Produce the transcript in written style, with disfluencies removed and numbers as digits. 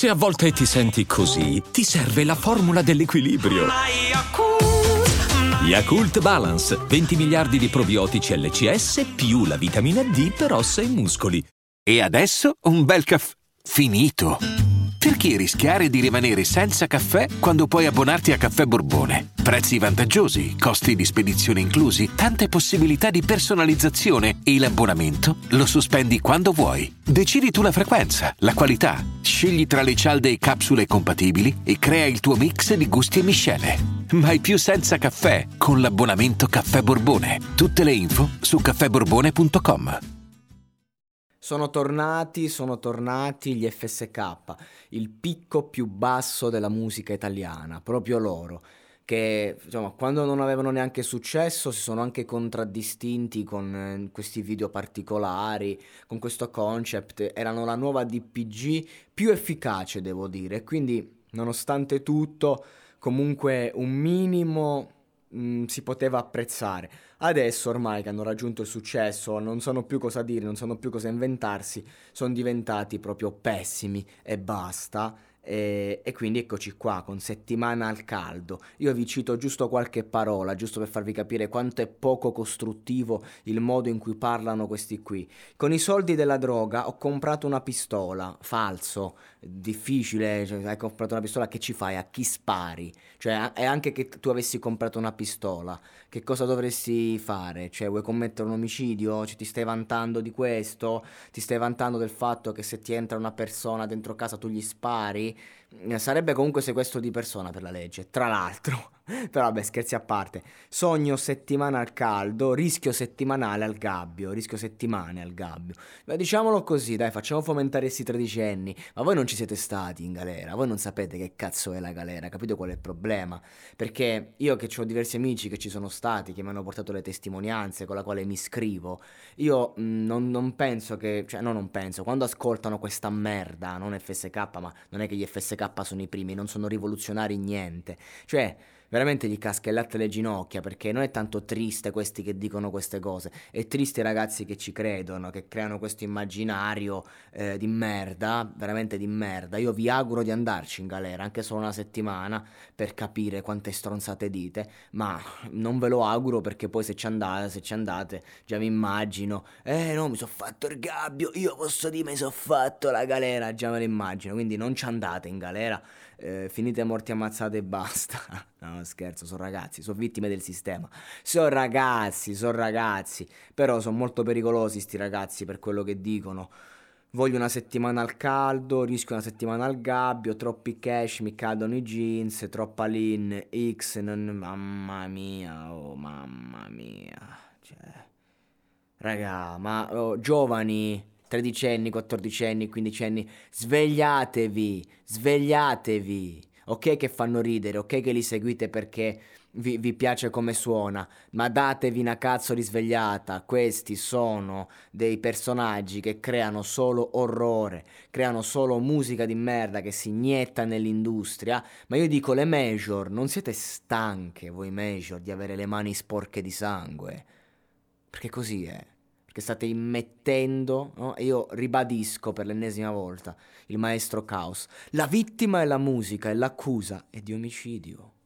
Se a volte ti senti così, ti serve la formula dell'equilibrio. Yakult Balance, 20 miliardi di probiotici LCS più la vitamina D per ossa e muscoli. E adesso un bel caffè finito. Perché rischiare di rimanere senza caffè quando puoi abbonarti a Caffè Borbone? Prezzi vantaggiosi, costi di spedizione inclusi, tante possibilità di personalizzazione e l'abbonamento lo sospendi quando vuoi. Decidi tu la frequenza, la qualità, scegli tra le cialde e capsule compatibili e crea il tuo mix di gusti e miscele. Mai più senza caffè con l'abbonamento Caffè Borbone. Tutte le info su caffèborbone.com. Sono tornati gli FSK, il picco più basso della musica italiana, proprio loro, che insomma, quando non avevano neanche successo si sono anche contraddistinti con questi video particolari, con questo concept, erano la nuova DPG più efficace, devo dire, quindi nonostante tutto comunque un minimo si poteva apprezzare. Adesso ormai che hanno raggiunto il successo non sanno più cosa dire, non sanno più cosa inventarsi, sono diventati proprio pessimi e basta. E quindi eccoci qua con Settimana al caldo. Io vi cito giusto qualche parola, giusto per farvi capire quanto è poco costruttivo il modo in cui parlano questi qui. Con i soldi della droga ho comprato una pistola, falso, difficile, cioè, hai comprato una pistola, che ci fai? A chi spari? Cioè, è anche che tu avessi comprato una pistola, che cosa dovresti fare? Cioè, vuoi commettere un omicidio? Cioè, ti stai vantando di questo? Ti stai vantando del fatto che se ti entra una persona dentro casa tu gli spari? Sarebbe comunque sequestro di persona per la legge, tra l'altro. Però vabbè, scherzi a parte. Sogno settimana al caldo, rischio settimanale al gabbio, rischio settimane al gabbio. Beh, diciamolo così, dai, facciamo fomentare questi tredicenni. Ma voi non ci siete stati in galera, voi non sapete che cazzo è la galera, capito qual è il problema? Perché io che ho diversi amici che ci sono stati, che mi hanno portato le testimonianze con la quale mi scrivo, io non penso che, cioè no, non penso, quando ascoltano questa merda, non FSK, ma non è che gli FSK sono i primi, non sono rivoluzionari in niente, cioè veramente gli casca il latte alle ginocchia, perché non è tanto triste questi che dicono queste cose, è triste i ragazzi che ci credono, che creano questo immaginario di merda, veramente di merda. Io vi auguro di andarci in galera anche solo una settimana per capire quante stronzate dite, ma non ve lo auguro, perché poi se ci andate già mi immagino, no, mi sono fatto il gabbio, io posso dire mi sono fatto la galera, già me lo immagino, quindi non ci andate in galera, finite morti ammazzate e basta. No, scherzo, sono ragazzi, sono vittime del sistema. Sono ragazzi, però sono molto pericolosi sti ragazzi per quello che dicono. Voglio una settimana al caldo, rischio una settimana al gabbio, troppi cash, mi cadono i jeans, troppa lean, mamma mia, oh mamma mia. Cioè, raga, ma giovani, tredicenni, quattordicenni, quindicenni, svegliatevi. Ok che fanno ridere, ok che li seguite perché vi piace come suona, ma datevi una cazzo di svegliata. Questi sono dei personaggi che creano solo orrore, creano solo musica di merda che si inietta nell'industria. Ma io dico, le major, non siete stanche voi major di avere le mani sporche di sangue? Perché così è. Perché state immettendo, no? E io ribadisco per l'ennesima volta, il maestro Caos. La vittima è la musica e l'accusa è di omicidio.